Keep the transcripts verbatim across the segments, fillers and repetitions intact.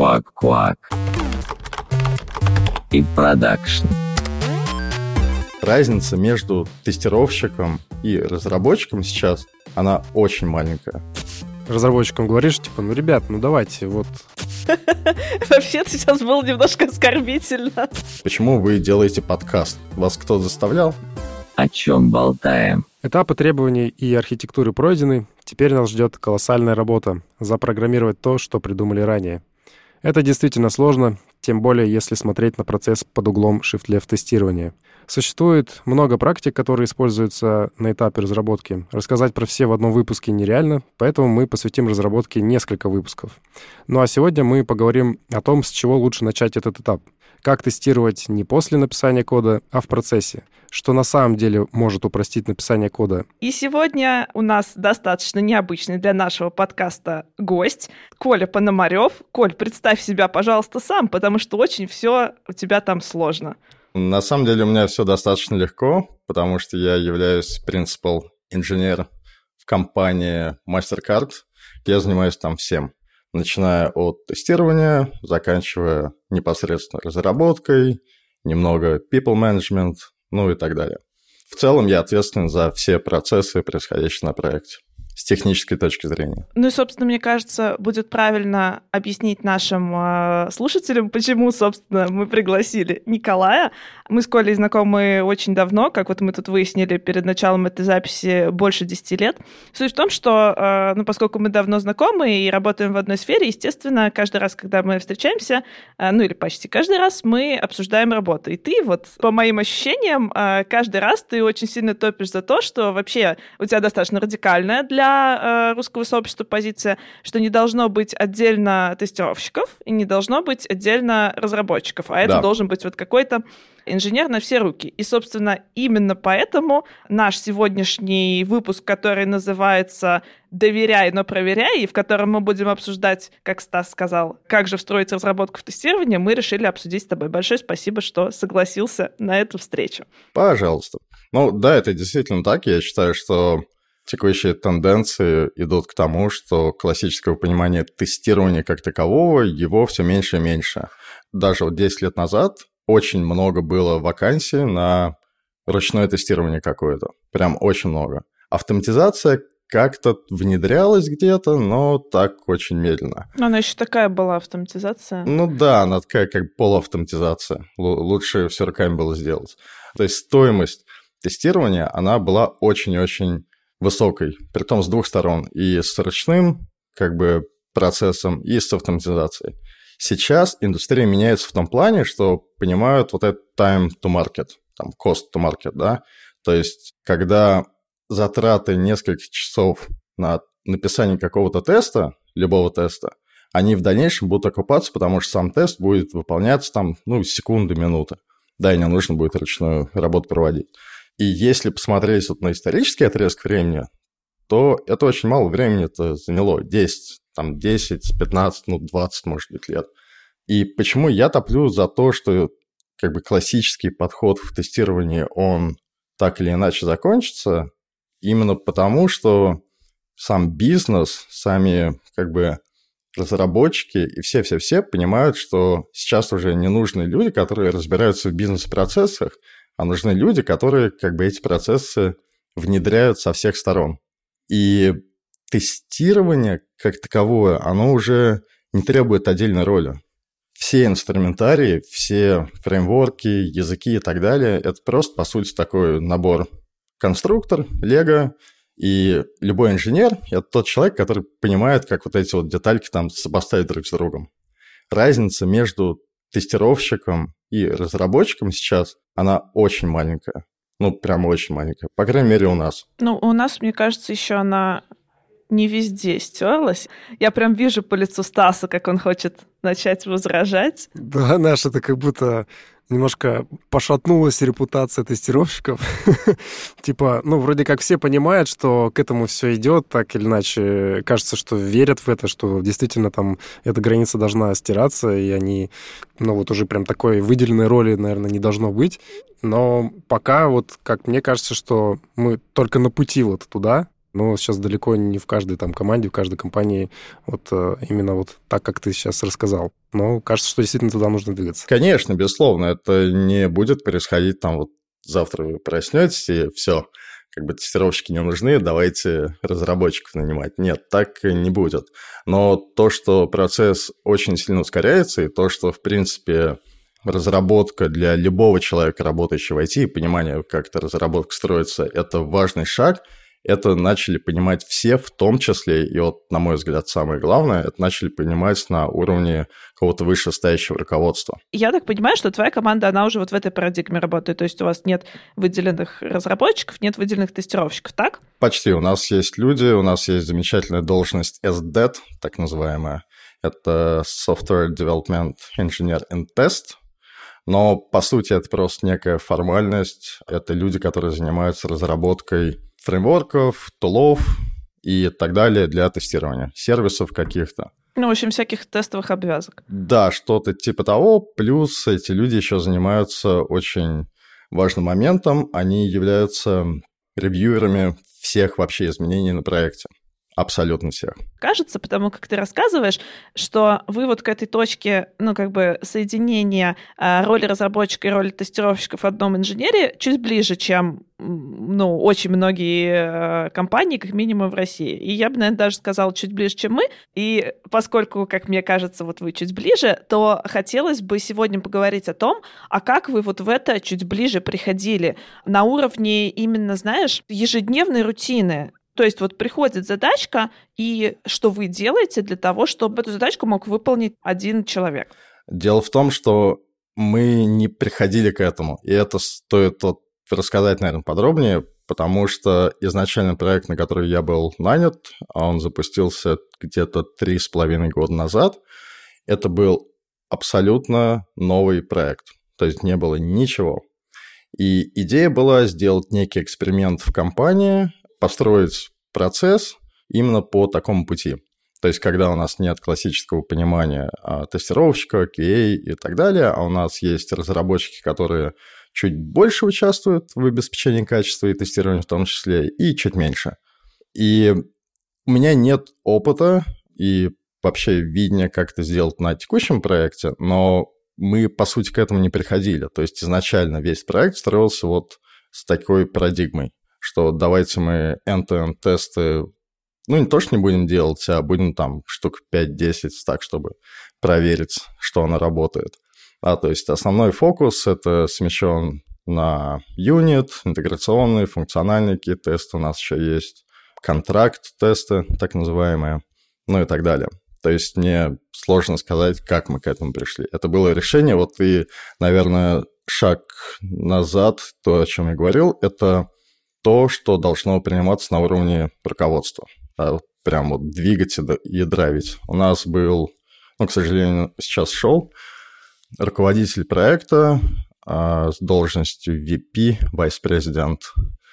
Квак-квак. И продакшн. Разница между тестировщиком и разработчиком сейчас, она очень маленькая. Разработчикам говоришь, типа, ну, ребят, ну давайте, вот. Вообще-то сейчас было немножко оскорбительно. Почему вы делаете подкаст? Вас кто заставлял? О чем болтаем? Этапы требований и архитектуры пройдены. Теперь нас ждет колоссальная работа — запрограммировать то, что придумали ранее. Это действительно сложно, тем более если смотреть на процесс под углом shift-left тестирования. Существует много практик, которые используются на этапе разработки. Рассказать про все в одном выпуске нереально, поэтому мы посвятим разработке несколько выпусков. Ну а сегодня мы поговорим о том, с чего лучше начать этот этап. Как тестировать не после написания кода, а в процессе. Что на самом деле может упростить написание кода. И сегодня у нас достаточно необычный для нашего подкаста гость Коля Пономарев. Коль, представь себя, пожалуйста, сам, потому что очень все у тебя там сложно. На самом деле у меня все достаточно легко, потому что я являюсь principal инженер в компании MasterCard. Я занимаюсь там всем, начиная от тестирования, заканчивая непосредственно разработкой, немного people management, ну и так далее. В целом я ответственен за все процессы, происходящие на проекте, с технической точки зрения. Ну и, собственно, мне кажется, будет правильно объяснить нашим э, слушателям, почему, собственно, мы пригласили Николая. Мы с Колей знакомы очень давно, как вот мы тут выяснили перед началом этой записи, больше десяти лет. Суть в том, что, э, ну, поскольку мы давно знакомы и работаем в одной сфере, естественно, каждый раз, когда мы встречаемся, э, ну или почти каждый раз, мы обсуждаем работу. И ты, вот, по моим ощущениям, э, каждый раз ты очень сильно топишь за то, что вообще у тебя достаточно радикальная для для русского сообщества позиция, что не должно быть отдельно тестировщиков и не должно быть отдельно разработчиков, а это да. должен быть вот какой-то инженер на все руки. И, собственно, именно поэтому наш сегодняшний выпуск, который называется «Доверяй, но проверяй», и в котором мы будем обсуждать, как Стас сказал, как же встроить разработку в тестирование, мы решили обсудить с тобой. Большое спасибо, что согласился на эту встречу. Пожалуйста. Ну да, это действительно так. Я считаю, что текущие тенденции идут к тому, что классического понимания тестирования как такового, его все меньше и меньше. Даже вот десять лет назад очень много было вакансий на ручное тестирование какое-то. Прям очень много. Автоматизация как-то внедрялась где-то, но так очень медленно. Но она еще такая была, автоматизация. Ну да, она такая как полуавтоматизация. Л- лучше все руками было сделать. То есть стоимость тестирования, она была очень-очень высокой, притом с двух сторон, и с ручным как бы процессом, и с автоматизацией. Сейчас индустрия меняется в том плане, что понимают вот этот time to market, там cost to market, да, то есть когда затраты нескольких часов на написание какого-то теста, любого теста, они в дальнейшем будут окупаться, потому что сам тест будет выполняться там, ну, секунды, минуты, да, и не нужно будет ручную работу проводить. И если посмотреть вот на исторический отрезок времени, то это очень мало времени это заняло. десять, там, десять, пятнадцать, ну, двадцать, может быть, лет. И почему я топлю за то, что как бы классический подход в тестировании, он так или иначе закончится, именно потому, что сам бизнес, сами как бы разработчики и все-все-все понимают, что сейчас уже не нужны люди, которые разбираются в бизнес-процессах, а нужны люди, которые как бы эти процессы внедряют со всех сторон. И тестирование как таковое, оно уже не требует отдельной роли. Все инструментарии, все фреймворки, языки и так далее, это просто, по сути, такой набор конструктор, лего, и любой инженер – это тот человек, который понимает, как вот эти вот детальки там сопоставить друг с другом. Разница между тестировщиком и разработчиком сейчас, она очень маленькая. Ну, прям очень маленькая. По крайней мере, у нас. Ну, у нас, мне кажется, еще она не везде стерлась. Я прям вижу по лицу Стаса, как он хочет начать возражать. Да, Наша, это как будто немножко пошатнулась репутация тестировщиков. Типа, ну, вроде как все понимают, что к этому все идет, так или иначе. Кажется, что верят в это, что действительно там эта граница должна стираться, и они, ну, вот уже прям такой выделенной роли, наверное, не должно быть. Но пока вот, как мне кажется, что мы только на пути вот туда. Но сейчас далеко не в каждой там команде, в каждой компании вот именно вот так, как ты сейчас рассказал. Но кажется, что действительно туда нужно двигаться. Конечно, безусловно, это не будет происходить там вот завтра вы проснетесь и все, как бы тестировщики не нужны, давайте разработчиков нанимать. Нет, так не будет. Но то, что процесс очень сильно ускоряется, и то, что, в принципе, разработка для любого человека, работающего в ай ти, и понимание, как эта разработка строится, это важный шаг. Это начали понимать все, в том числе, и вот, на мой взгляд, самое главное, это начали понимать на уровне какого-то вышестоящего руководства. Я так понимаю, что твоя команда, она уже вот в этой парадигме работает, то есть у вас нет выделенных разработчиков, нет выделенных тестировщиков, так? Почти. У нас есть люди, у нас есть замечательная должность эс ди и ти, так называемая. Это Software Development Engineer and Test. Но, по сути, это просто некая формальность. Это люди, которые занимаются разработкой фреймворков, тулов и так далее для тестирования, сервисов каких-то. Ну, в общем, всяких тестовых обвязок. Да, что-то типа того. Плюс эти люди еще занимаются очень важным моментом. Они являются ревьюерами всех вообще изменений на проекте. Абсолютно всех. Кажется, потому как ты рассказываешь, что вы вот к этой точке, ну, как бы соединения э, роли разработчика и роли тестировщика в одном инженере чуть ближе, чем, ну, очень многие э, компании, как минимум в России. И я бы, наверное, даже сказала, чуть ближе, чем мы. И поскольку, как мне кажется, вот вы чуть ближе, то хотелось бы сегодня поговорить о том, а как вы вот в это чуть ближе приходили на уровне именно, знаешь, ежедневной рутины. То есть вот приходит задачка, и что вы делаете для того, чтобы эту задачку мог выполнить один человек? Дело в том, что мы не приходили к этому, и это стоит вот рассказать, наверное, подробнее, потому что изначально проект, на который я был нанят, он запустился где-то три с половиной года назад. Это был абсолютно новый проект, то есть не было ничего. И идея была сделать некий эксперимент в компании, построить процесс именно по такому пути. То есть, когда у нас нет классического понимания а, тестировщика, кью эй и так далее, а у нас есть разработчики, которые чуть больше участвуют в обеспечении качества и тестировании в том числе, и чуть меньше. И у меня нет опыта и вообще видения, как это сделать на текущем проекте, но мы, по сути, к этому не приходили. То есть, изначально весь проект строился вот с такой парадигмой, что давайте мы end-to-end тесты, ну, не то, что не будем делать, а будем там штук пять-десять так, чтобы проверить, что она работает. А, то есть основной фокус — это смещен на юнит, интеграционные, функциональные какие-то тесты. У нас еще есть контракт-тесты, так называемые, ну и так далее. То есть мне сложно сказать, как мы к этому пришли. Это было решение, вот и, наверное, шаг назад, то, о чем я говорил, это то, что должно приниматься на уровне руководства. А вот прям вот двигать и драйвить. У нас был, ну, к сожалению, сейчас шел руководитель проекта а, с должностью ви пи, вайс-президент,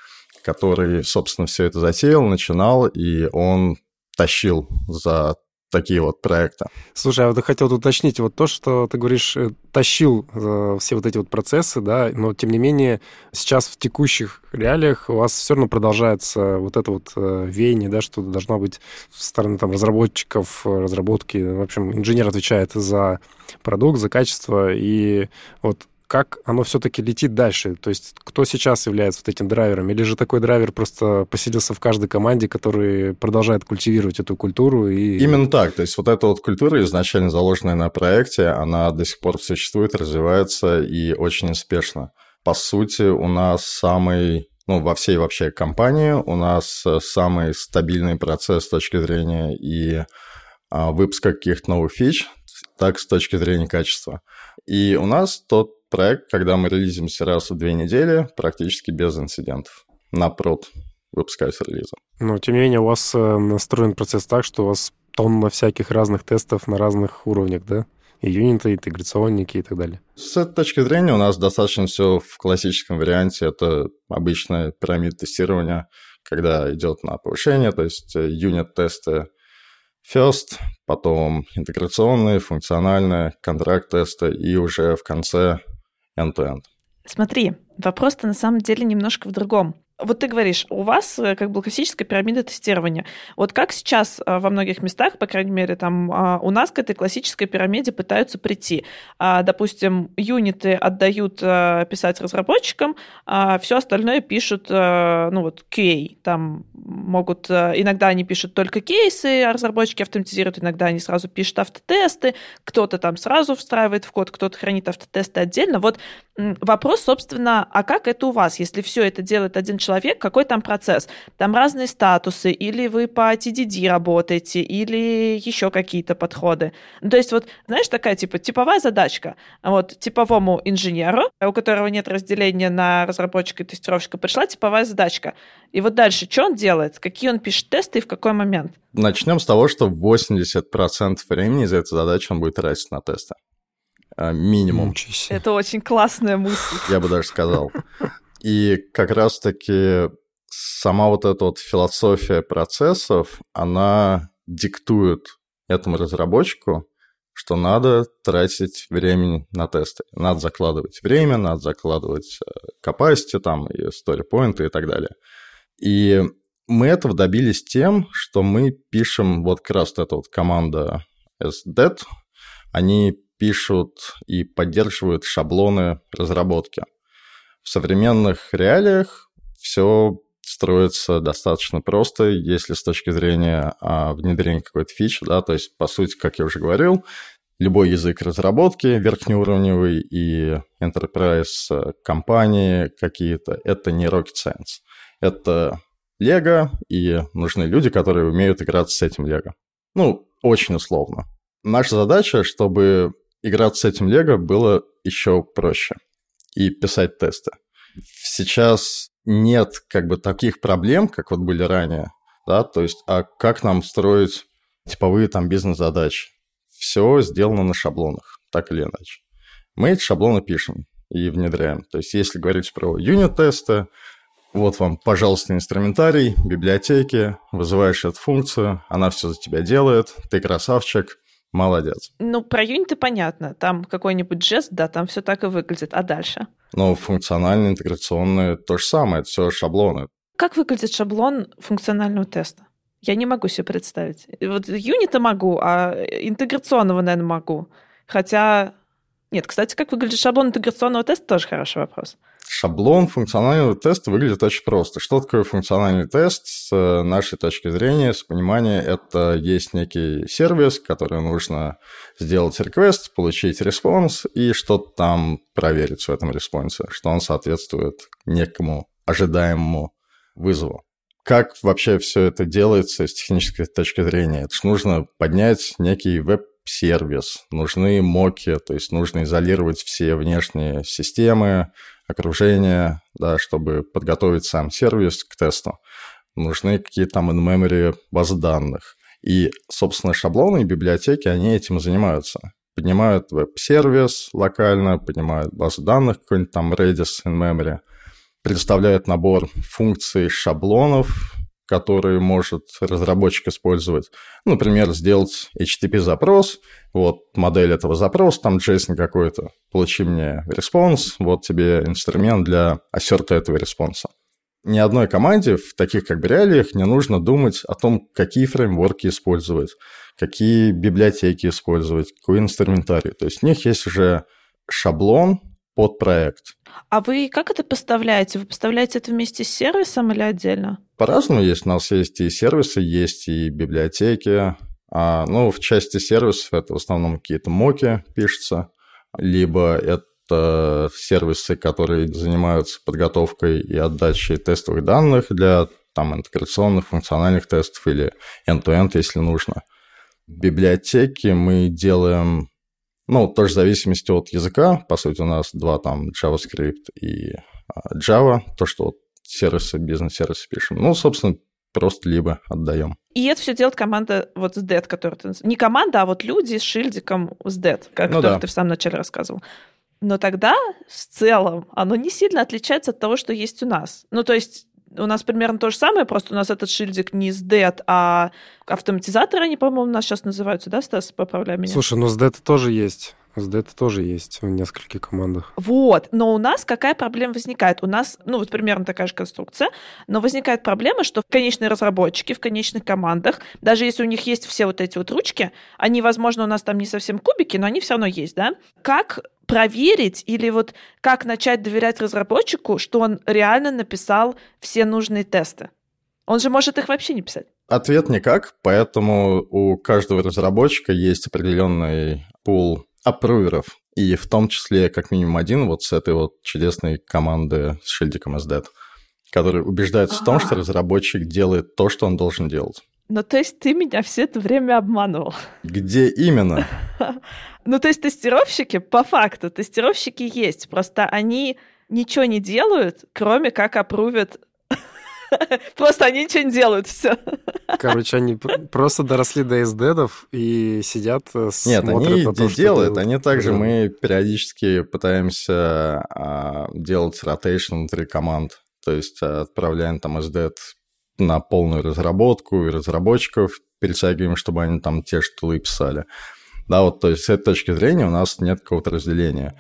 который, собственно, все это затеял, начинал, и он тащил за такие вот проекты. Слушай, а вот я хотел уточнить, вот то, что ты говоришь, тащил э, все вот эти вот процессы, да, но тем не менее сейчас в текущих реалиях у вас все равно продолжается вот это вот э, веяние, да, что должно быть со стороны там разработчиков, разработки, в общем, инженер отвечает за продукт, за качество, и вот как оно все-таки летит дальше? То есть кто сейчас является вот этим драйвером? Или же такой драйвер просто поселился в каждой команде, который продолжает культивировать эту культуру? И... Именно так. То есть вот эта вот культура, изначально заложенная на проекте, она до сих пор существует, развивается и очень успешно. По сути, у нас самый, ну, во всей вообще компании у нас самый стабильный процесс с точки зрения и а, выпуска каких-то новых фич, так с точки зрения качества. И у нас тот проект, когда мы релизимся раз в две недели, практически без инцидентов. На прод выпускаются релизы. Но, тем не менее, у вас настроен процесс так, что у вас тонна всяких разных тестов на разных уровнях, да? И юниты, и интеграционники, и так далее. С этой точки зрения у нас достаточно все в классическом варианте. Это обычная пирамида тестирования, когда идет на повышение, то есть юнит-тесты first, потом интеграционные, функциональные, контракт-тесты и уже в конце end-to-end. Смотри, вопрос-то на самом деле немножко в другом. Вот ты говоришь, у вас как бы классическая пирамида тестирования. Вот как сейчас во многих местах, по крайней мере, там у нас к этой классической пирамиде пытаются прийти. Допустим, юниты отдают писать разработчикам, а все остальное пишут, ну вот, кью эй. Там могут, иногда они пишут только кейсы, а разработчики автоматизируют, иногда они сразу пишут автотесты, кто-то там сразу встраивает в код, кто-то хранит автотесты отдельно. Вот вопрос, собственно, а как это у вас, если все это делает один человек, человек, какой там процесс? Там разные статусы, или вы по ти ди ди работаете, или еще какие-то подходы. То есть вот, знаешь, такая типа типовая задачка. Вот типовому инженеру, у которого нет разделения на разработчика и тестировщика, пришла типовая задачка. И вот дальше, что он делает? Какие он пишет тесты и в какой момент? Начнем с того, что восемьдесят процентов времени из этой задачи он будет тратить на тесты. Минимум. Это очень классная мысль. Я бы даже сказал. И как раз-таки сама вот эта вот философия процессов, она диктует этому разработчику, что надо тратить времени на тесты. Надо закладывать время, надо закладывать capacity там, и story point и так далее. И мы этого добились тем, что мы пишем вот как раз эта вот команда эс ди и ти, они пишут и поддерживают шаблоны разработки. В современных реалиях все строится достаточно просто, если с точки зрения а, внедрения какой-то фичи, да, то есть, по сути, как я уже говорил, любой язык разработки, верхнеуровневый и enterprise компании какие-то, это не rocket science. Это Лего, и нужны люди, которые умеют играться с этим Лего. Ну, очень условно. Наша задача, чтобы играться с этим Лего было еще проще. И писать тесты. Сейчас нет как бы таких проблем, как вот были ранее, да, то есть, а как нам строить типовые там бизнес-задачи? Все сделано на шаблонах, так или иначе. Мы эти шаблоны пишем и внедряем. То есть, если говорить про юнит-тесты, вот вам, пожалуйста, инструментарий, библиотеки, вызываешь эту функцию, она все за тебя делает, ты красавчик, молодец. Ну, про юниты понятно. Там какой-нибудь жест, да, там все так и выглядит. А дальше? Ну, функциональные, интеграционные, то же самое, это все шаблоны. Как выглядит шаблон функционального теста? Я не могу себе представить. Вот юнита могу, а интеграционного, наверное, могу. Хотя... Нет, кстати, как выглядит шаблон интеграционного теста, тоже хороший вопрос. Шаблон функционального теста выглядит очень просто. Что такое функциональный тест с нашей точки зрения, с понимания? Это есть некий сервис, который нужно сделать request, получить респонс и что-то там проверить в этом респонсе, что он соответствует некому ожидаемому вызову. Как вообще все это делается с технической точки зрения? Это же нужно поднять некий веб-сервис, нужны моки, то есть нужно изолировать все внешние системы, окружение, да, чтобы подготовить сам сервис к тесту. Нужны какие-то там in-memory базы данных. И, собственно, шаблоны и библиотеки, они этим занимаются. Поднимают веб-сервис локально, поднимают базу данных, какой-нибудь там Redis in-memory, предоставляют набор функций шаблонов, которые может разработчик использовать. Ну, например, сделать эйч ти ти пи-запрос, вот модель этого запроса, там JSON какой-то, получи мне респонс, вот тебе инструмент для ассерта этого респонса. Ни одной команде в таких как бы реалиях не нужно думать о том, какие фреймворки использовать, какие библиотеки использовать, какой инструментарий. То есть у них есть уже шаблон под проект. А вы как это поставляете? Вы поставляете это вместе с сервисом или отдельно? По-разному есть. У нас есть и сервисы, есть и библиотеки. А, ну, в части сервисов это в основном какие-то моки пишутся, либо это сервисы, которые занимаются подготовкой и отдачей тестовых данных для там, интеграционных, функциональных тестов или end-to-end, если нужно. Библиотеки мы делаем... Ну, тоже в зависимости от языка. По сути, у нас два там JavaScript и Java. То, что вот сервисы, бизнес-сервисы пишем. Ну, собственно, просто либо отдаем. И это все делает команда вот с дэт, которую ты... Не команда, а вот люди с шильдиком с дэт, о которых ну, да. ты в самом начале рассказывал. Но тогда в целом оно не сильно отличается от того, что есть у нас. Ну, то есть у нас примерно то же самое, просто у нас этот шильдик не с дэт, а автоматизаторы, они, по-моему, у нас сейчас называются, да, Стас, поправляй меня? Слушай, ну с дэт тоже есть. эс ди это тоже есть в нескольких командах. Вот, но у нас какая проблема возникает? У нас, ну, вот примерно такая же конструкция, но возникает проблема, что конечные разработчики в конечных командах, даже если у них есть все вот эти вот ручки, они, возможно, у нас там не совсем кубики, но они все равно есть, да? Как проверить или вот как начать доверять разработчику, что он реально написал все нужные тесты? Он же может их вообще не писать. Ответ никак, поэтому у каждого разработчика есть определенный пул аппруверов, и в том числе как минимум один вот с этой вот чудесной команды с шильдиком эс ди и, который убеждается ага. в том, что разработчик делает то, что он должен делать. Ну, то есть ты меня все это время обманывал. Где именно? Ну, то есть тестировщики, по факту, тестировщики есть, просто они ничего не делают, кроме как аппрувят. Просто они ничего не делают, все. Короче, они просто доросли до эс ди и-дов и сидят, смотрят Нет, они на то, что делают. Что они также, мы периодически пытаемся а, делать ротейшн внутри команд. То есть отправляем там эс ди и на полную разработку, и разработчиков перетягиваем, чтобы они там те же тулы писали. Да, вот, то есть с этой точки зрения у нас нет какого-то разделения.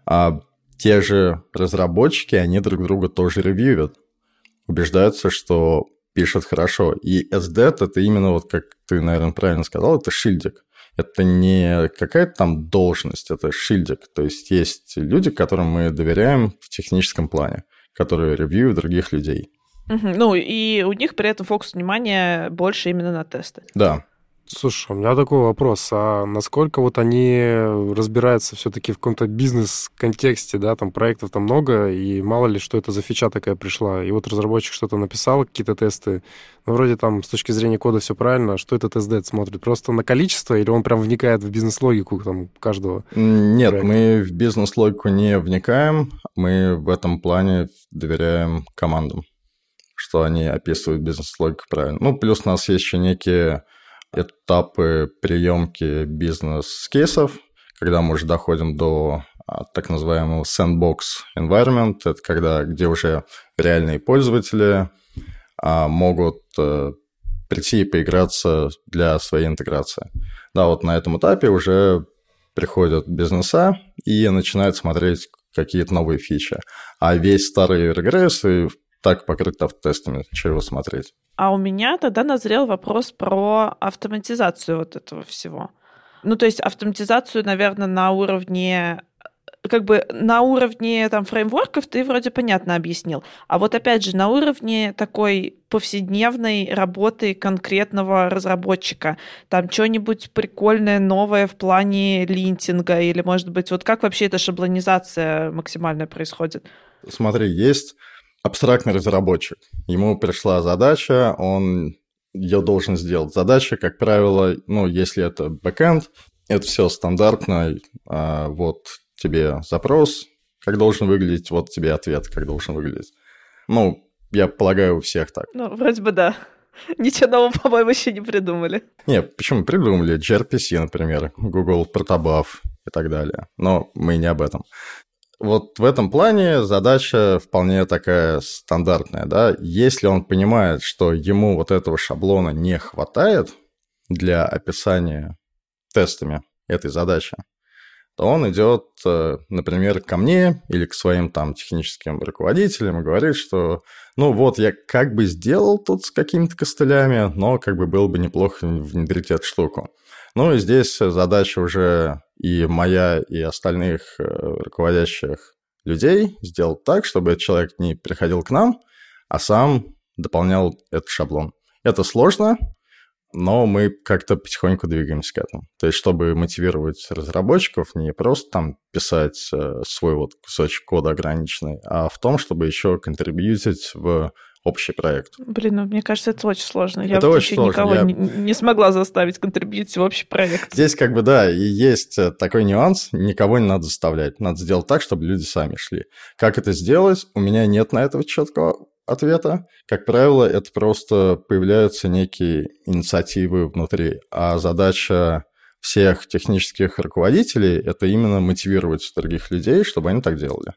А те же разработчики, они друг друга тоже ревьюют, убеждаются, что пишет хорошо. И эс ди и это именно, вот как ты, наверное, правильно сказал, это шильдик. Это не какая-то там должность, это шильдик. То есть есть люди, которым мы доверяем в техническом плане, которые ревьюют других людей. Угу. Ну, и у них при этом фокус внимания больше именно на тесты. Да. Слушай, у меня такой вопрос. А насколько вот они разбираются все-таки в каком-то бизнес-контексте, да, там проектов там много, и мало ли, что это за фича такая пришла. И вот разработчик что-то написал, какие-то тесты, ну, вроде там с точки зрения кода все правильно, что этот эс ди и смотрит? Просто на количество или он прям вникает в бизнес-логику там каждого? Нет, проекта? Мы в бизнес-логику не вникаем, мы в этом плане доверяем командам, что они описывают бизнес-логику правильно. Ну, плюс у нас есть еще некие этапы приемки бизнес-кейсов, когда мы уже доходим до а, так называемого sandbox environment, это когда, где уже реальные пользователи а, могут а, прийти и поиграться для своей интеграции. Да, вот на этом этапе уже приходят бизнеса и начинают смотреть какие-то новые фичи. А весь старый регресс и так покрыт автотестами, чего смотреть. А у меня тогда назрел вопрос про автоматизацию вот этого всего. Ну, то есть автоматизацию, наверное, на уровне, как бы на уровне там фреймворков ты вроде понятно объяснил. А вот опять же на уровне такой повседневной работы конкретного разработчика, там что-нибудь прикольное, новое в плане линтинга, или, может быть, вот как вообще эта шаблонизация максимальная происходит? Смотри, есть абстрактный разработчик. Ему пришла задача, он ее должен сделать. Задача, как правило, ну, если это бэкэнд, это все стандартно. А, вот тебе запрос, как должен выглядеть, вот тебе ответ, как должен выглядеть. Ну, я полагаю, у всех так. Ну, вроде бы да. Ничего нового, по-моему, еще не придумали. Не, почему придумали? джей ар пи си, например, Google Protobuf и так далее. Но мы не об этом. Вот в этом плане задача вполне такая стандартная, да. Если он понимает, что ему вот этого шаблона не хватает для описания тестами этой задачи, то он идет, например, ко мне или к своим там техническим руководителям и говорит, что ну вот я как бы сделал тут с какими-то костылями, но как бы было бы неплохо внедрить эту штуку. Ну и здесь задача уже и моя, и остальных руководящих людей сделать так, чтобы этот человек не приходил к нам, а сам дополнял этот шаблон. Это сложно, но мы как-то потихоньку двигаемся к этому. То есть, чтобы мотивировать разработчиков, не просто там писать свой вот кусочек кода ограниченный, а в том, чтобы еще контрибьютить в общий проект. Блин, ну мне кажется, это очень сложно. Я это вообще очень никого Я... не, не смогла заставить контрибьютить в общий проект. Здесь как бы, да, и есть такой нюанс, никого не надо заставлять. Надо сделать так, чтобы люди сами шли. Как это сделать? У меня нет на это четкого ответа. Как правило, это просто появляются некие инициативы внутри, а задача всех технических руководителей – это именно мотивировать других людей, чтобы они так делали.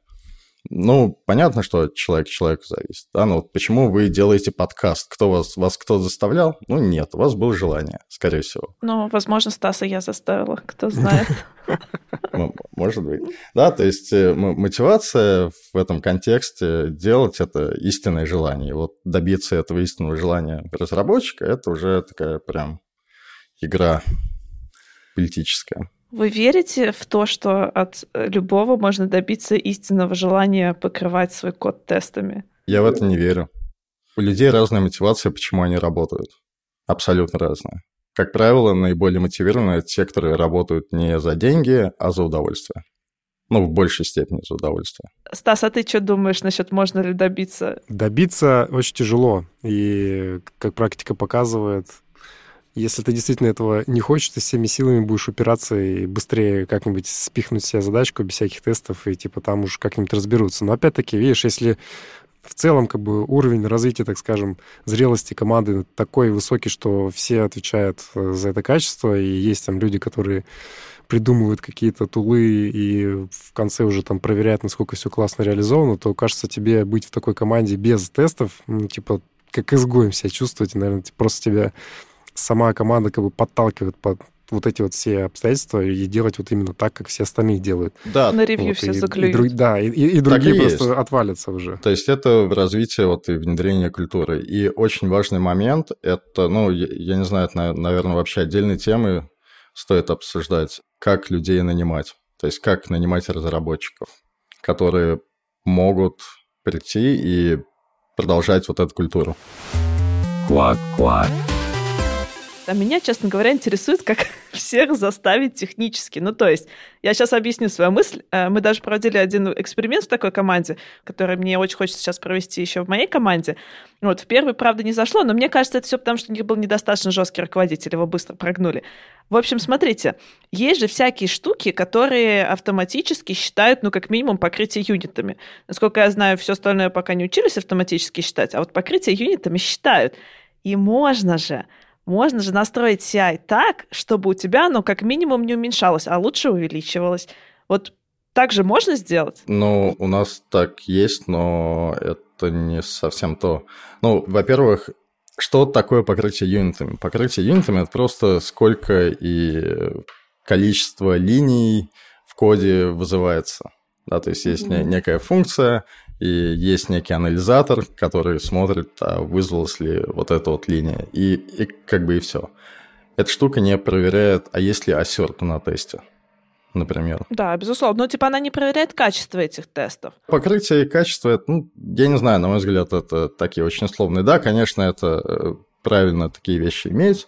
Ну, понятно, что человек человеку зависит, да, но вот почему вы делаете подкаст? Кто вас, вас кто заставлял? Ну, нет, у вас было желание, скорее всего. Ну, возможно, Стаса я заставила, кто знает. Может быть. Да, то есть мотивация в этом контексте делать это истинное желание. И вот добиться этого истинного желания разработчика – это уже такая прям игра политическая. Вы верите в то, что от любого можно добиться истинного желания покрывать свой код тестами? Я в это не верю. У людей разная мотивация, почему они работают. Абсолютно разная. Как правило, наиболее мотивированные те, которые работают не за деньги, а за удовольствие. Ну, в большей степени за удовольствие. Стас, а ты что думаешь насчет можно ли добиться? Добиться очень тяжело. И, как практика показывает, если ты действительно этого не хочешь, ты всеми силами будешь упираться и быстрее как-нибудь спихнуть себе задачку без всяких тестов, и типа там уж как-нибудь разберутся. Но опять-таки, видишь, если в целом как бы уровень развития, так скажем, зрелости команды такой высокий, что все отвечают за это качество, и есть там люди, которые придумывают какие-то тулы и в конце уже там проверяют, насколько все классно реализовано, то, кажется, тебе быть в такой команде без тестов, ну, типа, как изгоем себя чувствовать, и, наверное, просто тебя сама команда как бы подталкивает под вот эти вот все обстоятельства и делать вот именно так, как все остальные делают. Да. На ревью вот, все и, заклюют. И, да, и, и другие и просто есть. Отвалятся уже. То есть это развитие вот и внедрение культуры. И очень важный момент, это, ну, я, я не знаю, это, наверное, вообще отдельной темы стоит обсуждать, как людей нанимать. То есть как нанимать разработчиков, которые могут прийти и продолжать вот эту культуру. Квак-квак. А меня, честно говоря, интересует, как всех заставить технически. Ну, то есть, я сейчас объясню свою мысль. Мы даже проводили один эксперимент в такой команде, который мне очень хочется сейчас провести еще в моей команде. Вот, в первый, правда, не зашло, но мне кажется, это все потому, что у них был недостаточно жесткий руководитель, его быстро прогнули. В общем, смотрите, есть же всякие штуки, которые автоматически считают, ну, как минимум, покрытие юнитами. Насколько я знаю, все остальное пока не учились автоматически считать, а вот покрытие юнитами считают. И можно же... Можно же настроить си ай так, чтобы у тебя оно как минимум не уменьшалось, а лучше увеличивалось. Вот так же можно сделать? Ну, у нас так есть, но это не совсем то. Ну, во-первых, что такое покрытие юнитами? Покрытие юнитами – это просто сколько и количество линий в коде вызывается. Да, то есть есть mm-hmm. некая функция, и есть некий анализатор, который смотрит, а вызвалась ли вот эта вот линия. И, и как бы и все. Эта штука не проверяет, а есть ли ассерт на тесте, например. Да, безусловно. Но типа она не проверяет качество этих тестов. Покрытие и качество, это, ну, я не знаю, на мой взгляд, это такие очень условные. Да, конечно, это правильно такие вещи иметь,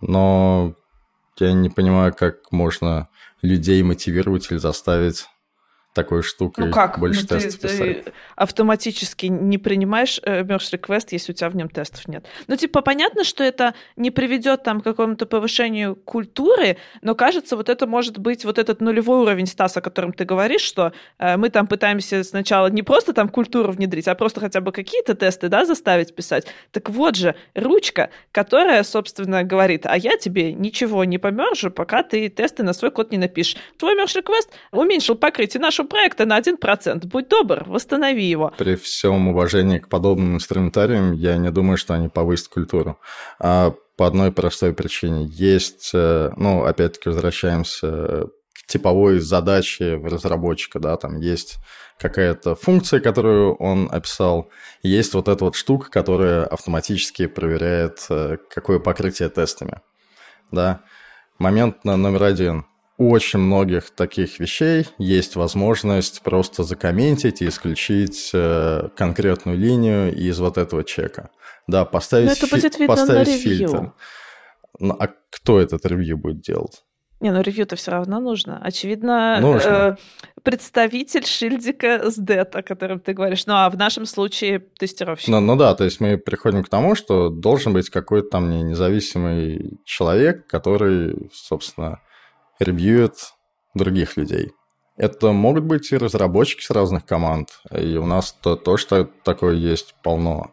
но я не понимаю, как можно людей мотивировать или заставить такой штукой ну как? больше ну, тестов ты, писать. Ты автоматически не принимаешь э, merge request, если у тебя в нем тестов нет. Ну, типа, понятно, что это не приведет там, к какому-то повышению культуры, но, кажется, вот это может быть вот этот нулевой уровень, Стас, о котором ты говоришь, что э, мы там пытаемся сначала не просто там культуру внедрить, а просто хотя бы какие-то тесты, да, заставить писать. Так вот же, ручка, которая, собственно, говорит, а я тебе ничего не помержу, пока ты тесты на свой код не напишешь. Твой merge request уменьшил покрытие нашего проекта на один процент. Будь добр, восстанови его. При всем уважении к подобным инструментариям, я не думаю, что они повысят культуру. А по одной простой причине. Есть, ну, опять-таки, возвращаемся к типовой задаче разработчика, да, там есть какая-то функция, которую он описал, есть вот эта вот штука, которая автоматически проверяет, какое покрытие тестами, да. Момент номер один. У очень многих таких вещей есть возможность просто закомментить и исключить э, конкретную линию из вот этого чека. Да, поставить, Но это будет фи- видно поставить на ревью. фильтр. Ну, а кто этот ревью будет делать? Не, ну ревью-то все равно нужно. Очевидно, нужно. Э, представитель шильдика с дэт, о котором ты говоришь. Ну, а в нашем случае тестировщик. Ну, ну да, то есть мы приходим к тому, что должен быть какой-то там независимый человек, который, собственно, ревьюет других людей. Это могут быть и разработчики с разных команд, и у нас то, тоже такое есть полно,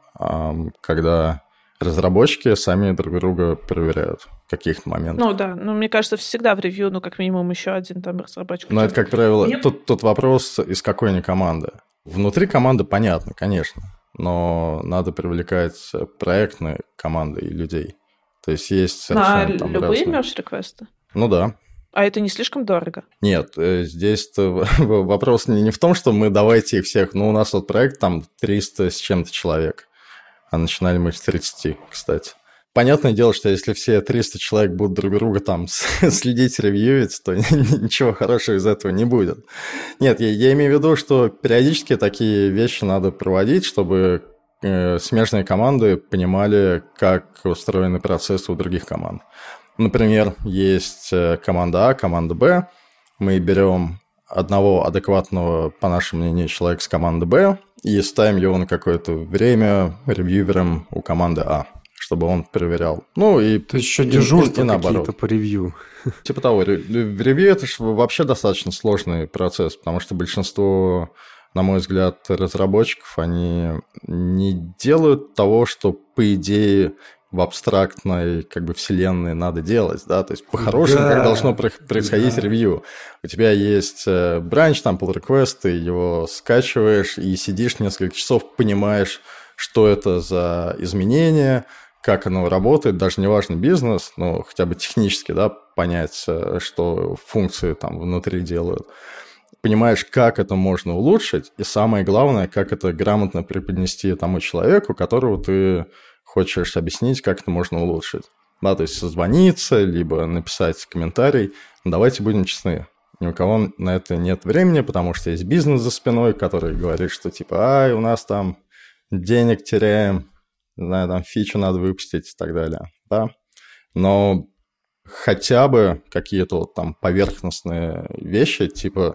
когда разработчики сами друг друга проверяют в каких-то моментах. Ну да, ну мне кажется, всегда в ревью, ну как минимум еще один там разработчик. Но это, как правило, Мне... тут, тут вопрос, из какой они команды. Внутри команды понятно, конечно, но надо привлекать проектные команды и людей. То есть есть совершенно На там любые разные... merge-реквесты? Ну да. А это не слишком дорого? Нет, здесь вопрос не в том, что мы давайте их всех, но у нас вот проект там триста с чем-то человек, а начинали мы с тридцати, кстати. Понятное дело, что если все триста человек будут друг друга там следить, ревьюить, то ничего хорошего из этого не будет. Нет, я, я имею в виду, что периодически такие вещи надо проводить, чтобы э, смежные команды понимали, как устроены процессы у других команд. Например, есть команда А, команда Б. Мы берем одного адекватного, по нашему мнению, человека с команды Б и ставим его на какое-то время ревьювером у команды А, чтобы он проверял. Ну, и... То есть еще дежурства какие-то по ревью. Типа того. Ревью – это же вообще достаточно сложный процесс, потому что большинство, на мой взгляд, разработчиков, они не делают того, что, по идее, в абстрактной как бы вселенной надо делать, да, то есть по-хорошему, да, как должно происходить да. ревью. У тебя есть бранч, там, pull request, ты его скачиваешь и сидишь несколько часов, понимаешь, что это за изменение, как оно работает, даже не важно бизнес, но хотя бы технически, да, понять, что функции там внутри делают. Понимаешь, как это можно улучшить, и самое главное, как это грамотно преподнести тому человеку, которого ты хочешь объяснить, как это можно улучшить. Да, то есть созвониться, либо написать комментарий. Давайте будем честны. Ни у кого на это нет времени, потому что есть бизнес за спиной, который говорит, что типа, ай, у нас там денег теряем, не знаю, там фичу надо выпустить и так далее. Да? Но хотя бы какие-то вот там поверхностные вещи, типа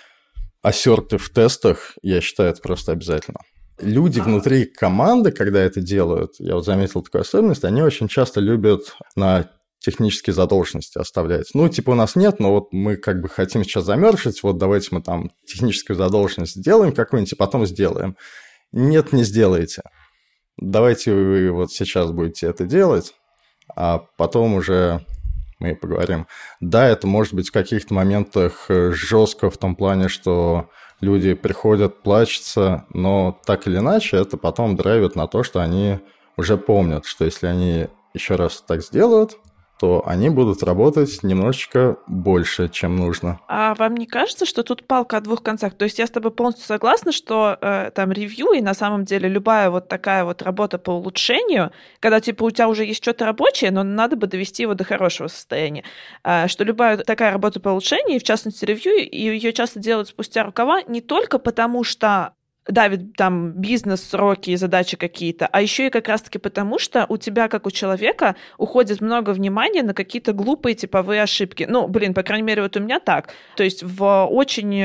ассерты в тестах, я считаю, это просто обязательно. Люди внутри команды, когда это делают, я вот заметил такую особенность, они очень часто любят на технические задолженности оставлять. Ну, типа, у нас нет, но вот мы как бы хотим сейчас замерзшить, вот давайте мы там техническую задолженность сделаем какую-нибудь, и потом сделаем. Нет, не сделаете. Давайте вы вот сейчас будете это делать, а потом уже мы поговорим. Да, это может быть в каких-то моментах жестко в том плане, что люди приходят, плачутся, но так или иначе это потом драйвит на то, что они уже помнят, что если они еще раз так сделают, то они будут работать немножечко больше, чем нужно. А вам не кажется, что тут палка о двух концах? То есть я с тобой полностью согласна, что э, там ревью и на самом деле любая вот такая вот работа по улучшению, когда типа у тебя уже есть что-то рабочее, но надо бы довести его до хорошего состояния, э, что любая такая работа по улучшению, и в частности ревью, и ее часто делают спустя рукава не только потому, что давит там бизнес, сроки и задачи какие-то, а еще и как раз-таки потому, что у тебя, как у человека, уходит много внимания на какие-то глупые типовые ошибки. Ну, блин, по крайней мере, вот у меня так. То есть в очень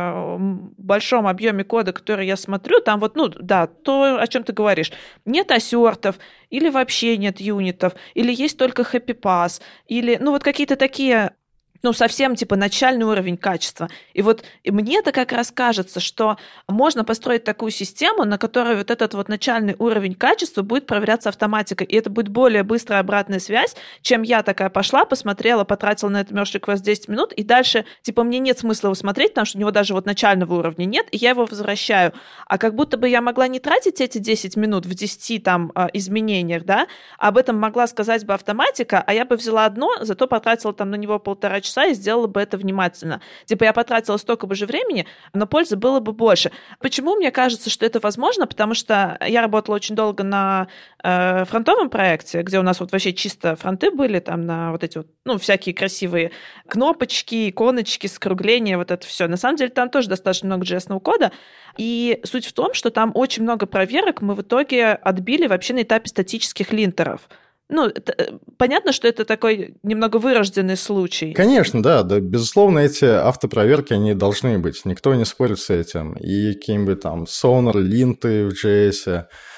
большом объеме кода, который я смотрю, там вот, ну, да, то, о чем ты говоришь. Нет ассертов, или вообще нет юнитов, или есть только happy pass, или, ну, вот какие-то такие... ну, совсем, типа, начальный уровень качества. И вот мне-то как раз кажется, что можно построить такую систему, на которой вот этот вот начальный уровень качества будет проверяться автоматикой, и это будет более быстрая обратная связь, чем я такая пошла, посмотрела, потратила на это merge request десять минут, и дальше, типа, мне нет смысла его смотреть, потому что у него даже вот начального уровня нет, и я его возвращаю. А как будто бы я могла не тратить эти десять минут в десяти там изменениях, да, об этом могла сказать бы автоматика, а я бы взяла одно, зато потратила там на него полтора часа, и сделала бы это внимательно. Типа я потратила столько бы же времени, но пользы было бы больше. Почему мне кажется, что это возможно? Потому что я работала очень долго на э, фронтовом проекте, где у нас вот вообще чисто фронты были, там на вот эти вот, ну, всякие красивые кнопочки, иконочки, скругления, вот это все. На самом деле там тоже достаточно много джей эс-ного кода. И суть в том, что там очень много проверок мы в итоге отбили вообще на этапе статических линтеров. Ну, это, понятно, что это такой немного вырожденный случай. Конечно, да, да. Безусловно, эти автопроверки, они должны быть. Никто не спорит с этим. И какие-нибудь там Sonar, линты в джей эс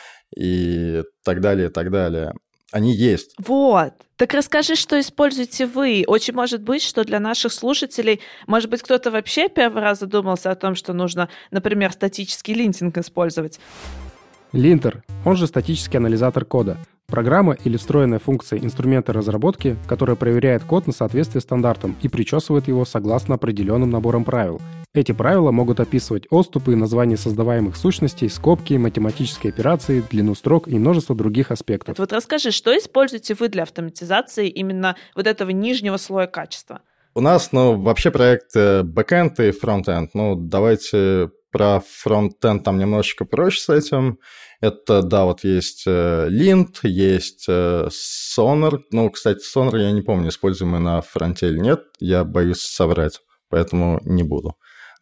и так далее, и так далее. Они есть. Вот. Так расскажи, что используете вы. Очень может быть, что для наших слушателей, может быть, кто-то вообще первый раз задумался о том, что нужно, например, статический линтинг использовать. Линтер, он же статический анализатор кода. Программа или встроенная функция инструмента разработки, которая проверяет код на соответствие стандартам и причесывает его согласно определенным наборам правил. Эти правила могут описывать отступы, названия создаваемых сущностей, скобки, математические операции, длину строк и множество других аспектов. Вот расскажи, что используете вы для автоматизации именно вот этого нижнего слоя качества? У нас, ну, вообще проект бэкэнд и фронтенд. Ну, давайте про фронтенд там немножечко проще с этим. Это, да, вот есть Lint, есть Sonar. Ну, кстати, Sonar, я не помню, используем мы на фронте или нет. Я боюсь соврать, поэтому не буду.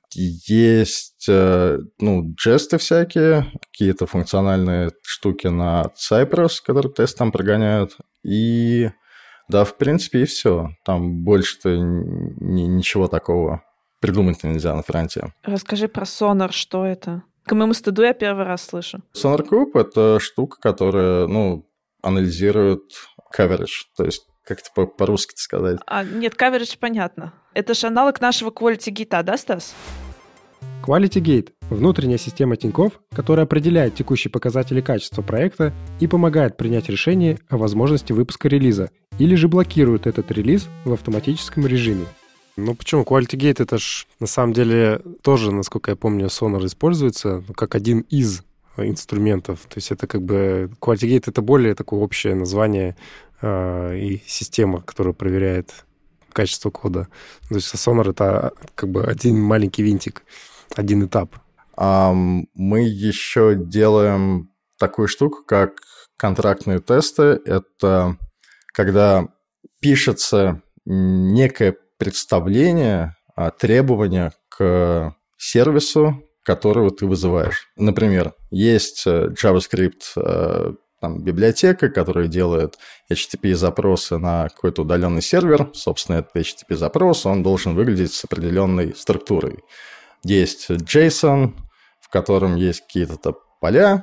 Есть, ну, жесты всякие, какие-то функциональные штуки на Cypress, которые тест там прогоняют. И, да, в принципе, и все. Там больше-то ни, ничего такого придумать нельзя на фронте. Расскажи про Sonar, что это? К моему стыду я первый раз слышу. Sonar Cube — это штука, которая, ну, анализирует coverage, то есть как это по-русски сказать? А, нет, coverage понятно. Это же аналог нашего Quality Gate, да, Стас? Quality Gate – внутренняя система Тинькофф, которая определяет текущие показатели качества проекта и помогает принять решение о возможности выпуска релиза, или же блокирует этот релиз в автоматическом режиме. Ну почему? Quality Gate — это ж на самом деле тоже, насколько я помню, Sonar используется как один из инструментов. То есть это как бы... Quality Gate — это более такое общее название э, и система, которая проверяет качество кода. То есть Sonar — это как бы один маленький винтик, один этап. Um, мы еще делаем такую штуку, как контрактные тесты. Это когда пишется некое представление, требования к сервису, которого ты вызываешь. Например, есть JavaScript там, библиотека, которая делает эйч ти ти пи-запросы на какой-то удаленный сервер. Собственно, этот эйч ти ти пи-запрос, он должен выглядеть с определенной структурой. Есть JSON, в котором есть какие-то поля,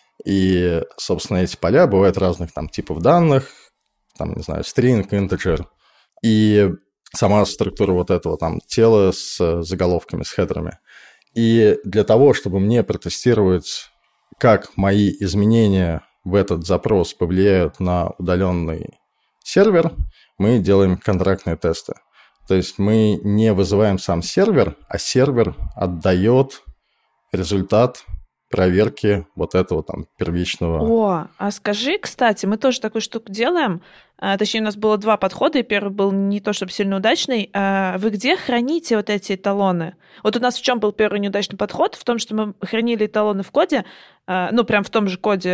и, собственно, эти поля бывают разных там типов данных, там, не знаю, string, integer, и сама структура вот этого там тела с заголовками, с хедерами. И для того, чтобы мне протестировать, как мои изменения в этот запрос повлияют на удаленный сервер, мы делаем контрактные тесты. То есть мы не вызываем сам сервер, а сервер отдает результат проверки вот этого там первичного... О, а скажи, кстати, мы тоже такую штуку делаем. А, точнее, у нас было два подхода, и первый был не то чтобы сильно удачный. А, вы где храните вот эти эталоны? Вот у нас в чем был первый неудачный подход? В том, что мы хранили эталоны в коде, а, ну, прям в том же коде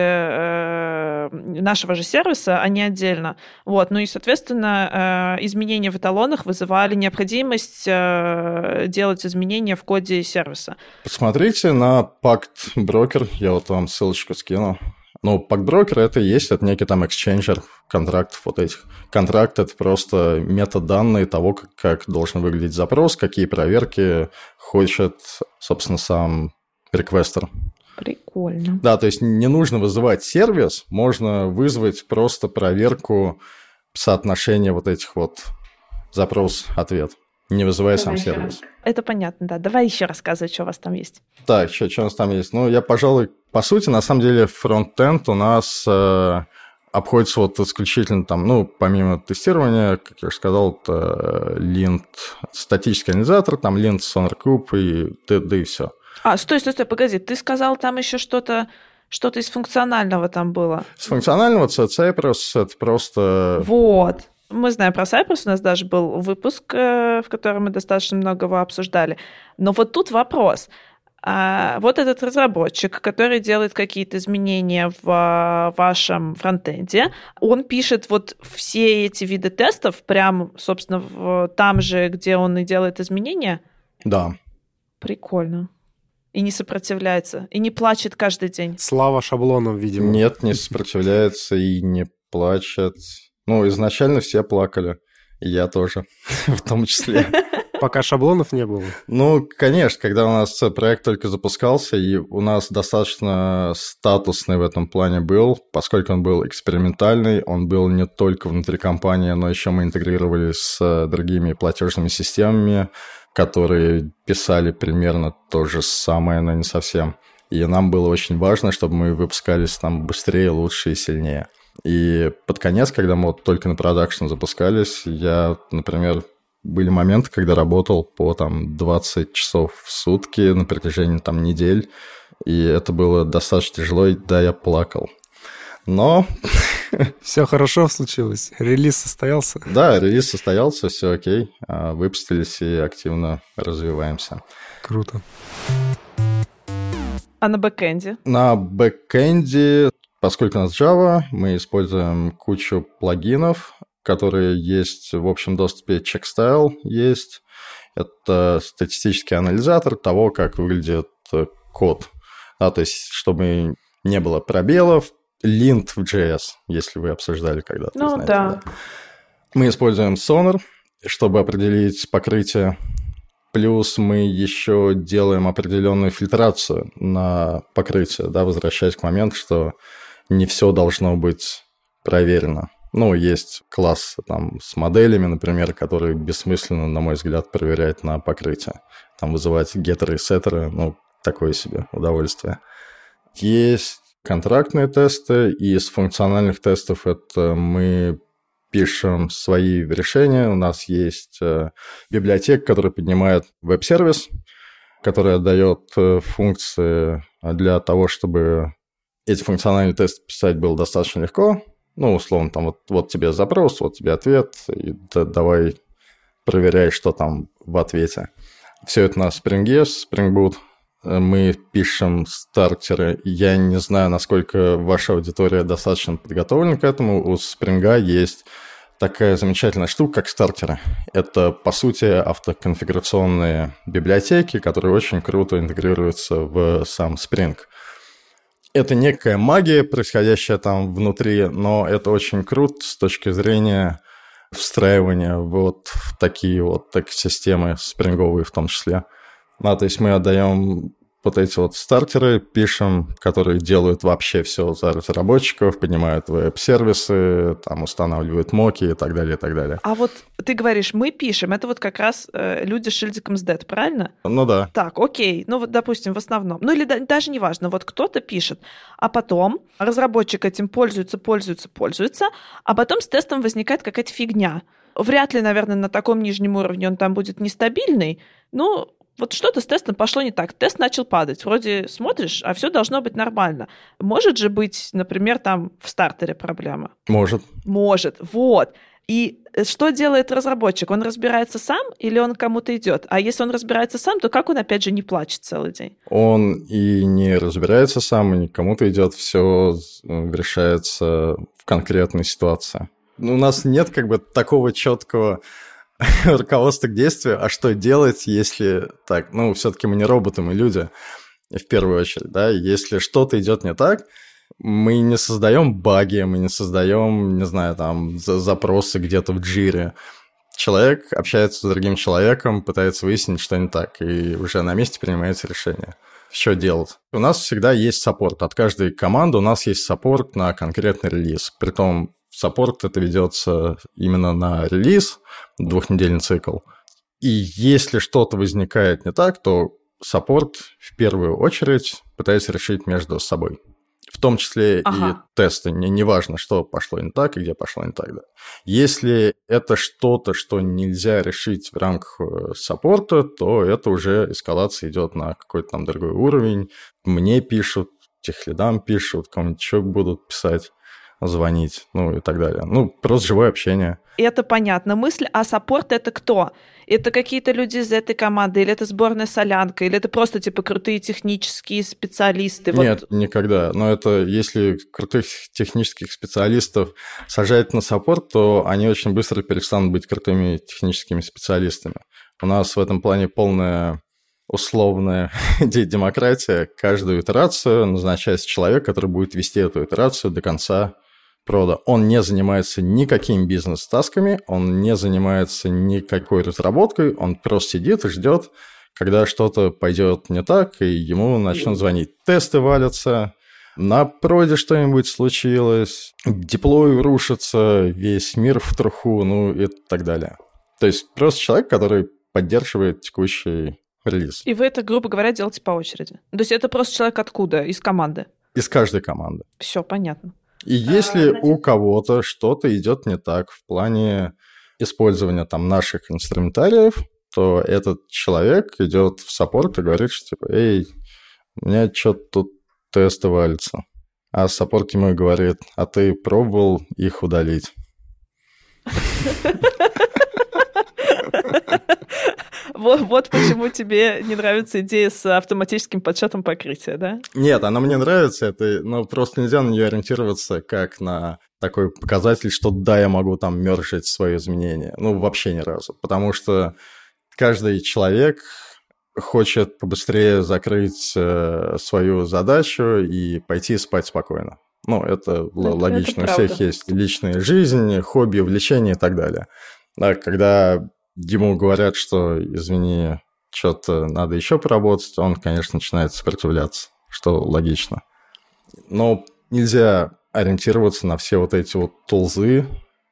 а, нашего же сервиса, а не отдельно. Вот. Ну и, соответственно, а, изменения в эталонах вызывали необходимость а, делать изменения в коде сервиса. Посмотрите на Pact Broker, я вот вам ссылочку скину. Ну, Pact Broker — это и есть, это некий там эксченджер контрактов вот этих. Контракт — это просто метаданные того, как, как должен выглядеть запрос, какие проверки хочет, собственно, сам реквестер. Прикольно. Да, то есть не нужно вызывать сервис, можно вызвать просто проверку соотношения вот этих вот запрос-ответ, не вызывая Давай сам сервис. Это понятно, да. Давай еще рассказывай, что у вас там есть. Так, что, что у нас там есть? Ну, я, пожалуй, по сути, на самом деле, фронтенд у нас э, обходится вот исключительно там, ну, помимо тестирования, как я уже сказал, это Lint, статический анализатор, там Lint, Sonar Cube и т.д. и все. А, стой, стой, стой, погоди, ты сказал, там еще что-то, что-то из функционального там было. Из функционального Cypress это просто... Вот. Мы знаем про Cypress, у нас даже был выпуск, в котором мы достаточно много его обсуждали. Но вот тут вопрос. А вот этот разработчик, который делает какие-то изменения в вашем фронтенде, он пишет вот все эти виды тестов прямо, собственно, в, там же, где он и делает изменения? Да. Прикольно. И не сопротивляется, и не плачет каждый день. Слава шаблонам, видимо. Нет, не сопротивляется и не плачет. Ну, изначально все плакали, и я тоже, в том числе. Пока шаблонов не было? Ну, конечно, когда у нас проект только запускался, и у нас достаточно статусный в этом плане был, поскольку он был экспериментальный, он был не только внутри компании, но еще мы интегрировались с другими платежными системами, которые писали примерно то же самое, но не совсем. И нам было очень важно, чтобы мы выпускались там быстрее, лучше и сильнее. И под конец, когда мы вот только на продакшн запускались, я, например, были моменты, когда работал по там двадцать часов в сутки на протяжении там недель, и это было достаточно тяжело, и да, я плакал. Но... Все хорошо случилось, релиз состоялся. Да, релиз состоялся, все окей, выпустились и активно развиваемся. Круто. А на бэкэнде? На бэкэнде, поскольку у нас Java, мы используем кучу плагинов, которые есть в общем доступе. Checkstyle есть. Это статистический анализатор того, как выглядит код. А, то есть, чтобы не было пробелов. Lint в джей эс, если вы обсуждали когда-то. Ну, знаете, да. да. Мы используем Sonar, чтобы определить покрытие. Плюс мы еще делаем определенную фильтрацию на покрытие, да, возвращаясь к моменту, что не все должно быть проверено. Ну, есть класс там с моделями, например, которые бессмысленно, на мой взгляд, проверять на покрытие. Там вызывать геттеры и сеттеры, ну, такое себе удовольствие. Есть контрактные тесты, и из функциональных тестов это мы пишем свои решения. У нас есть библиотека, которая поднимает веб-сервис, который отдает функции для того, чтобы эти функциональные тесты писать было достаточно легко. Ну, условно, там вот, вот тебе запрос, вот тебе ответ, и давай проверяй, что там в ответе. Все это на Spring джей эс, Spring Boot. Мы пишем стартеры. Я не знаю, насколько ваша аудитория достаточно подготовлена к этому. У Spring есть такая замечательная штука, как стартеры. Это, по сути, автоконфигурационные библиотеки, которые очень круто интегрируются в сам Spring. Это некая магия, происходящая там внутри, но это очень круто с точки зрения встраивания вот в такие вот экосистемы спринговые в том числе. А, то есть мы отдаем вот эти вот стартеры, пишем, которые делают вообще все за разработчиков, поднимают веб-сервисы, там устанавливают моки и так далее, и так далее. А вот ты говоришь, мы пишем, это вот как раз э, люди с шильдиком с дэт, правильно? Ну да. Так, окей, ну вот, допустим, в основном. Ну или да, даже не важно, вот кто-то пишет, а потом разработчик этим пользуется, пользуется, пользуется, а потом с тестом возникает какая-то фигня. Вряд ли, наверное, на таком нижнем уровне он там будет нестабильный, ну... Вот что-то с тестом пошло не так. Тест начал падать. Вроде смотришь, а все должно быть нормально. Может же быть, например, там в стартере проблема? Может. Может. Вот. И что делает разработчик? Он разбирается сам или он кому-то идет? А если он разбирается сам, то как он, опять же, не плачет целый день? Он и не разбирается сам, и не кому-то идет. Все решается в конкретной ситуации. У нас нет как бы такого четкого... руководство к действию, а что делать, если так, ну, все-таки мы не роботы, мы люди, в первую очередь, да, если что-то идет не так, мы не создаем баги, мы не создаем, не знаю, там, запросы где-то в джире. Человек общается с другим человеком, пытается выяснить, что не так, и уже на месте принимается решение. Что делать? У нас всегда есть саппорт. От каждой команды у нас есть саппорт на конкретный релиз. Притом саппорт это ведется именно на релиз, двухнедельный цикл. И если что-то возникает не так, то саппорт в первую очередь пытается решить между собой. В том числе ага. и тесты. Не, не важно, что пошло не так и где пошло не так. Да. Если это что-то, что нельзя решить в рамках саппорта, то это уже эскалация идет на какой-то там другой уровень. Мне пишут, техлидам пишут, кому-нибудь еще будут писать, звонить, ну и так далее. Ну, просто живое общение. Это понятно. Мысль, а саппорт это кто? Это какие-то люди из этой команды, или это сборная солянка, или это просто типа крутые технические специалисты? Нет, вот. Никогда. Но это если крутых технических специалистов сажать на саппорт, то они очень быстро перестанут быть крутыми техническими специалистами. У нас в этом плане полная условная демократия. Каждую итерацию назначается человек, который будет вести эту итерацию до конца прода. Он не занимается никакими бизнес-тасками, он не занимается никакой разработкой, он просто сидит и ждет, когда что-то пойдет не так, и ему начнут звонить. Тесты валятся, на проде что-нибудь случилось, деплой рушится, весь мир в труху, ну и так далее. То есть просто человек, который поддерживает текущий релиз. И вы это, грубо говоря, делаете по очереди? То есть это просто человек откуда? Из команды? Из каждой команды. Все, понятно. И если у кого-то что-то идет не так в плане использования там наших инструментариев, то этот человек идет в саппорт и говорит, что типа, эй, у меня что-то тут тесты валятся. а саппорт ему говорит: а ты пробовал их удалить? Вот, вот почему тебе не нравится идея с автоматическим подсчетом покрытия, да? Нет, она мне нравится, это, но просто нельзя на нее ориентироваться как на такой показатель, что да, я могу там мержить свои изменения. Ну, вообще ни разу. Потому что каждый человек хочет побыстрее закрыть э, свою задачу и пойти спать спокойно. Ну, это, это логично. Это У всех есть личная жизнь, хобби, увлечения и так далее. А когда ему говорят, что, извини, что-то надо еще поработать, он, конечно, начинает сопротивляться, что логично. Но нельзя ориентироваться на все вот эти вот тулзы,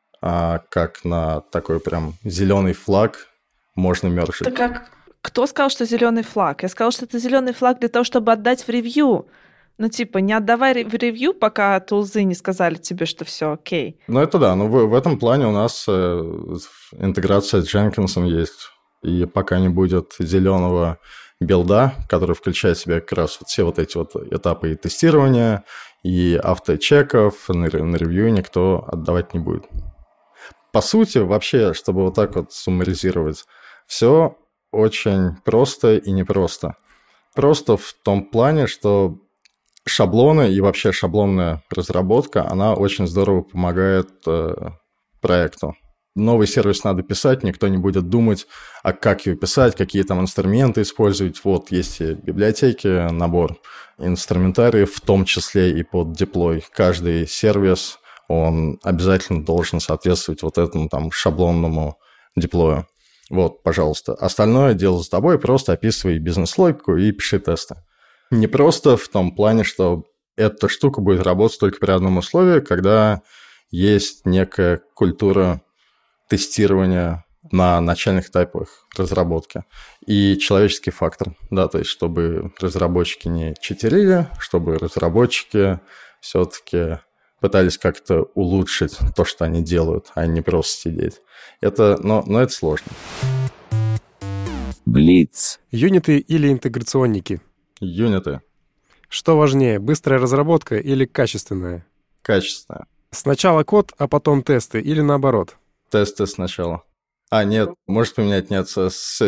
а как на такой прям зеленый флаг можно мержить. Это как... Кто сказал, что зеленый флаг? Я сказала, что это зеленый флаг для того, чтобы отдать в ревью. Ну, типа, не отдавай в ревью, пока тулзы не сказали тебе, что все окей. Ну, это да. Но в, в этом плане у нас э, интеграция с Jenkins есть. И пока не будет зеленого билда, который включает в себя как раз вот все вот эти вот этапы и тестирования, и авточеков, на, на ревью никто отдавать не будет. По сути, вообще, чтобы вот так вот суммаризировать, все очень просто и непросто. Просто в том плане, что шаблоны и вообще шаблонная разработка, она очень здорово помогает э, проекту. Новый сервис надо писать, никто не будет думать, а как его писать, какие там инструменты использовать. Вот есть и библиотеки, набор инструментариев, в том числе и под деплой. Каждый сервис, он обязательно должен соответствовать вот этому там шаблонному деплою. Вот, пожалуйста. Остальное дело за тобой, просто описывай бизнес-логику и пиши тесты. Не просто в том плане, что эта штука будет работать только при одном условии, когда есть некая культура тестирования на начальных этапах разработки и человеческий фактор, да, то есть чтобы разработчики не читерили, чтобы разработчики все-таки пытались как-то улучшить то, что они делают, а не просто сидеть. Это, но, но это сложно. Блиц. Юниты или интеграционники? Юниты. Что важнее, быстрая разработка или качественная? Качественная. Сначала код, а потом тесты или наоборот? Тесты сначала. А, нет, может поменять, нет, с, с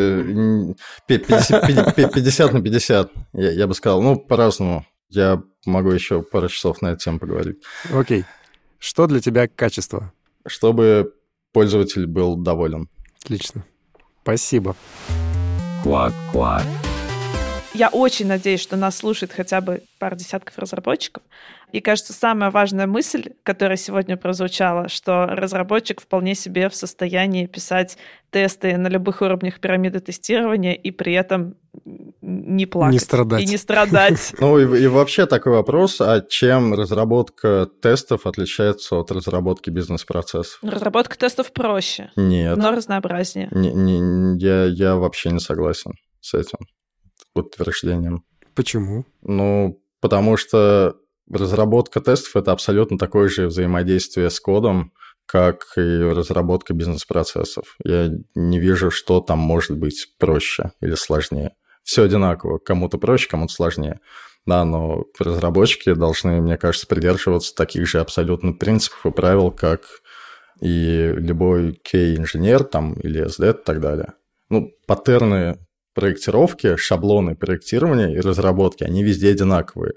пятьдесят на пятьдесят, я, я бы сказал. Ну, по-разному. Я могу еще пару часов на эту тему поговорить. Окей. Что для тебя качество? Чтобы пользователь был доволен. Отлично. Спасибо. Квак-квак. Я очень надеюсь, что нас слушает хотя бы пара десятков разработчиков. И, кажется, самая важная мысль, которая сегодня прозвучала, что разработчик вполне себе в состоянии писать тесты на любых уровнях пирамиды тестирования и при этом не плакать. Не страдать. И не страдать. Ну и, и вообще такой вопрос, а чем разработка тестов отличается от разработки бизнес-процессов? Разработка тестов проще. Нет. Но разнообразнее. Не, не, я, я вообще не согласен с этим утверждением. Почему? Ну, потому что разработка тестов – это абсолютно такое же взаимодействие с кодом, как и разработка бизнес-процессов. Я не вижу, что там может быть проще или сложнее. Все одинаково. Кому-то проще, кому-то сложнее. Да, но разработчики должны, мне кажется, придерживаться таких же абсолютно принципов и правил, как и любой кей-инженер там, или эс ди и так далее. Ну, паттерны проектировки, шаблоны проектирования и разработки, они везде одинаковые.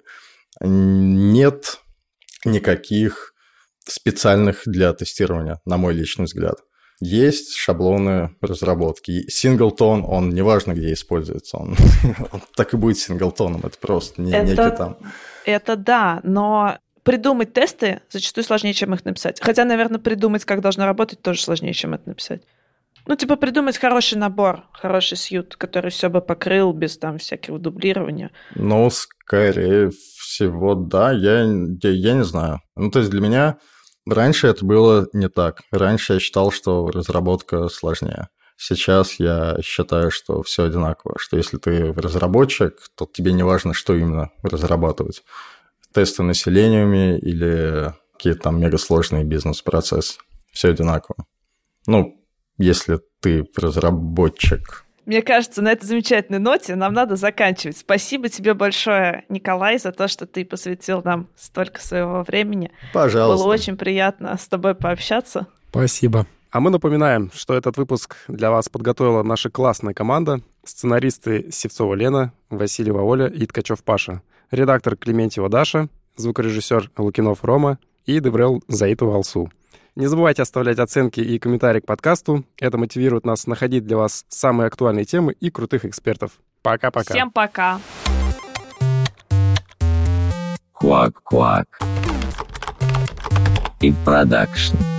Нет никаких специальных для тестирования, на мой личный взгляд. Есть шаблоны разработки. Синглтон, он неважно, где используется, он, он так и будет синглтоном. Это просто не, это, некий там... Это да, но придумать тесты зачастую сложнее, чем их написать. Хотя, наверное, придумать, как должно работать, тоже сложнее, чем это написать. Ну, типа придумать хороший набор, хороший сьют, который все бы покрыл без там всякого дублирования. Ну, скорее всего, да, я, я, я не знаю. Ну, то есть для меня раньше это было не так. Раньше я считал, что разработка сложнее. Сейчас я считаю, что все одинаково, что если ты разработчик, то тебе не важно, что именно разрабатывать. Тесты населениями или какие-то там мегасложные бизнес-процессы. Все одинаково. Ну, если ты разработчик. Мне кажется, на этой замечательной ноте нам надо заканчивать. Спасибо тебе большое, Николай, за то, что ты посвятил нам столько своего времени. Пожалуйста. Было очень приятно с тобой пообщаться. Спасибо. А мы напоминаем, что этот выпуск для вас подготовила наша классная команда. Сценаристы Севцова Лена, Васильева Оля и Ткачев Паша. Редактор Клементьева Даша, звукорежиссер Лукинов Рома и Деврел Заитова Алсу. Не забывайте оставлять оценки и комментарии к подкасту. Это мотивирует нас находить для вас самые актуальные темы и крутых экспертов. Пока-пока. Всем пока. Quack Quack. И продакшн.